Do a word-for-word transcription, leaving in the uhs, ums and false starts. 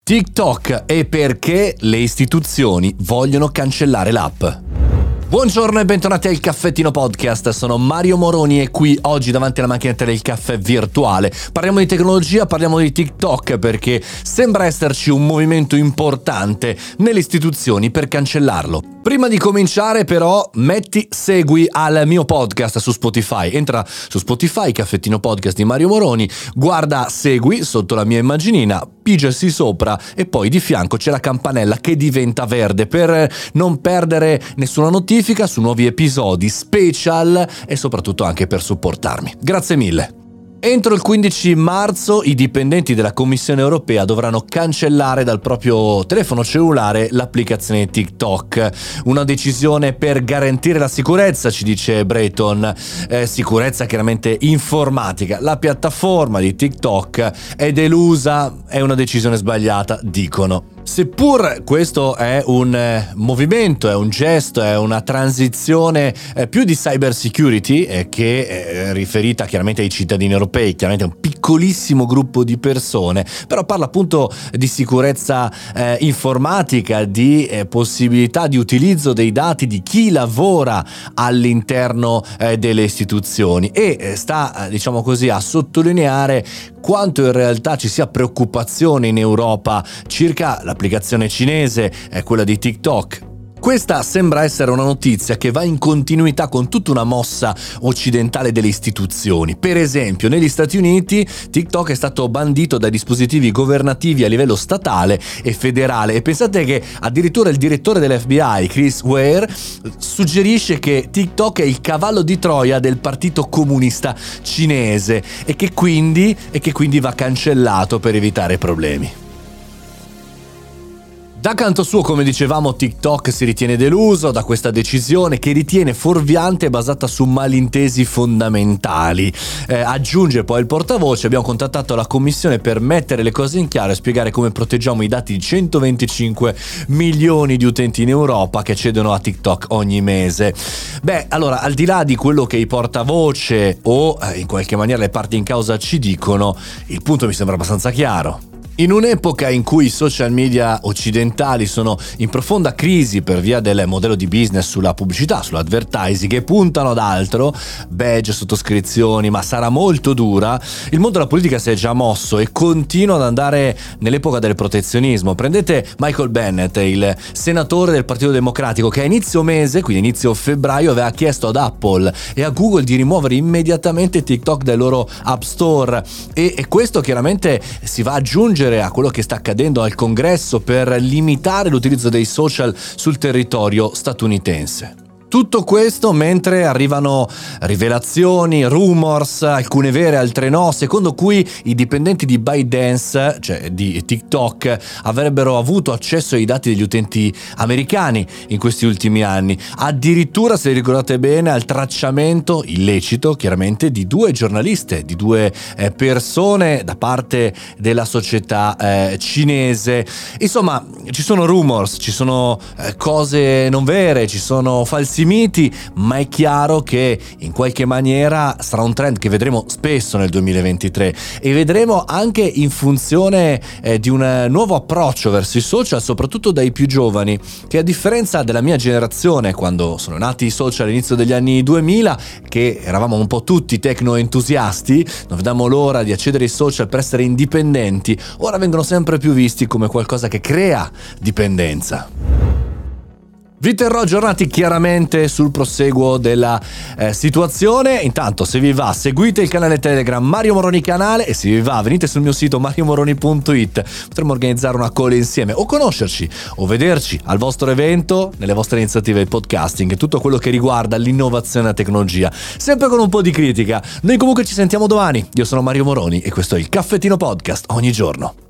TikTok e perché le istituzioni vogliono cancellare l'app. Buongiorno e bentornati al Caffettino Podcast, sono Mario Moroni e qui oggi davanti alla macchinetta del caffè virtuale parliamo di tecnologia, parliamo di TikTok perché sembra esserci un movimento importante nelle istituzioni per cancellarlo. Prima di cominciare però metti segui al mio podcast su Spotify, entra su Spotify, Caffettino Podcast di Mario Moroni, guarda segui sotto la mia immaginina, pigiasi sopra e poi di fianco c'è la campanella che diventa verde per non perdere nessuna notifica su nuovi episodi special e soprattutto anche per supportarmi. Grazie mille. Entro il quindici marzo i dipendenti della Commissione Europea dovranno cancellare dal proprio telefono cellulare l'applicazione TikTok. Una decisione per garantire la sicurezza, ci dice Breton, eh, sicurezza chiaramente informatica. La piattaforma di TikTok è delusa, è una decisione sbagliata, dicono. Seppur questo è un eh, movimento, è un gesto, è una transizione eh, più di cyber security eh, che è riferita chiaramente ai cittadini europei, chiaramente un piccolissimo gruppo di persone, però parla appunto di sicurezza eh, informatica, di eh, possibilità di utilizzo dei dati di chi lavora all'interno eh, delle istituzioni e eh, sta eh, diciamo così a sottolineare quanto in realtà ci sia preoccupazione in Europa circa l'applicazione cinese, è quella di TikTok. Questa sembra essere una notizia che va in continuità con tutta una mossa occidentale delle istituzioni. Per esempio, negli Stati Uniti TikTok è stato bandito dai dispositivi governativi a livello statale e federale e pensate che addirittura il direttore dell'F B I, Chris Ware, suggerisce che TikTok è il cavallo di Troia del Partito Comunista Cinese e che quindi, e che quindi va cancellato per evitare problemi. Da canto suo, come dicevamo, TikTok si ritiene deluso da questa decisione che ritiene fuorviante e basata su malintesi fondamentali. Eh, aggiunge poi il portavoce, abbiamo contattato la commissione per mettere le cose in chiaro e spiegare come proteggiamo i dati di centoventicinque milioni di utenti in Europa che accedono a TikTok ogni mese. Beh, allora, al di là di quello che i portavoce o eh, in qualche maniera le parti in causa ci dicono, il punto mi sembra abbastanza chiaro. In un'epoca in cui i social media occidentali sono in profonda crisi per via del modello di business sulla pubblicità, sull'advertising che puntano ad altro, badge, sottoscrizioni, ma sarà molto dura, il mondo della politica si è già mosso e continua ad andare nell'epoca del protezionismo. Prendete Michael Bennet, il senatore del Partito Democratico, che a inizio mese, quindi inizio febbraio, aveva chiesto ad Apple e a Google di rimuovere immediatamente TikTok dai loro App Store e, e questo chiaramente si va ad aggiungere a quello che sta accadendo al Congresso per limitare l'utilizzo dei social sul territorio statunitense. Tutto questo mentre arrivano rivelazioni, rumors, alcune vere, altre no, secondo cui i dipendenti di ByteDance, cioè di TikTok, avrebbero avuto accesso ai dati degli utenti americani in questi ultimi anni. Addirittura, se ricordate bene, al tracciamento illecito, chiaramente, di due giornaliste, di due eh, persone da parte della società eh, cinese. Insomma, ci sono rumors, ci sono eh, cose non vere, ci sono falsi miti, ma è chiaro che in qualche maniera sarà un trend che vedremo spesso nel duemilaventitré e vedremo anche in funzione eh, di un nuovo approccio verso i social, soprattutto dai più giovani, che a differenza della mia generazione, quando sono nati i social all'inizio degli anni duemila, che eravamo un po' tutti tecno entusiasti, non vedevamo l'ora di accedere ai social per essere indipendenti, ora vengono sempre più visti come qualcosa che crea dipendenza. Vi terrò aggiornati chiaramente sul proseguo della eh, situazione. Intanto, se vi va, seguite il canale Telegram Mario Moroni Canale e se vi va, venite sul mio sito mario moroni punto it. Potremmo organizzare una call insieme o conoscerci o vederci al vostro evento, nelle vostre iniziative di podcasting e tutto quello che riguarda l'innovazione e la tecnologia, sempre con un po' di critica. Noi comunque ci sentiamo domani. Io sono Mario Moroni e questo è il Caffettino Podcast ogni giorno.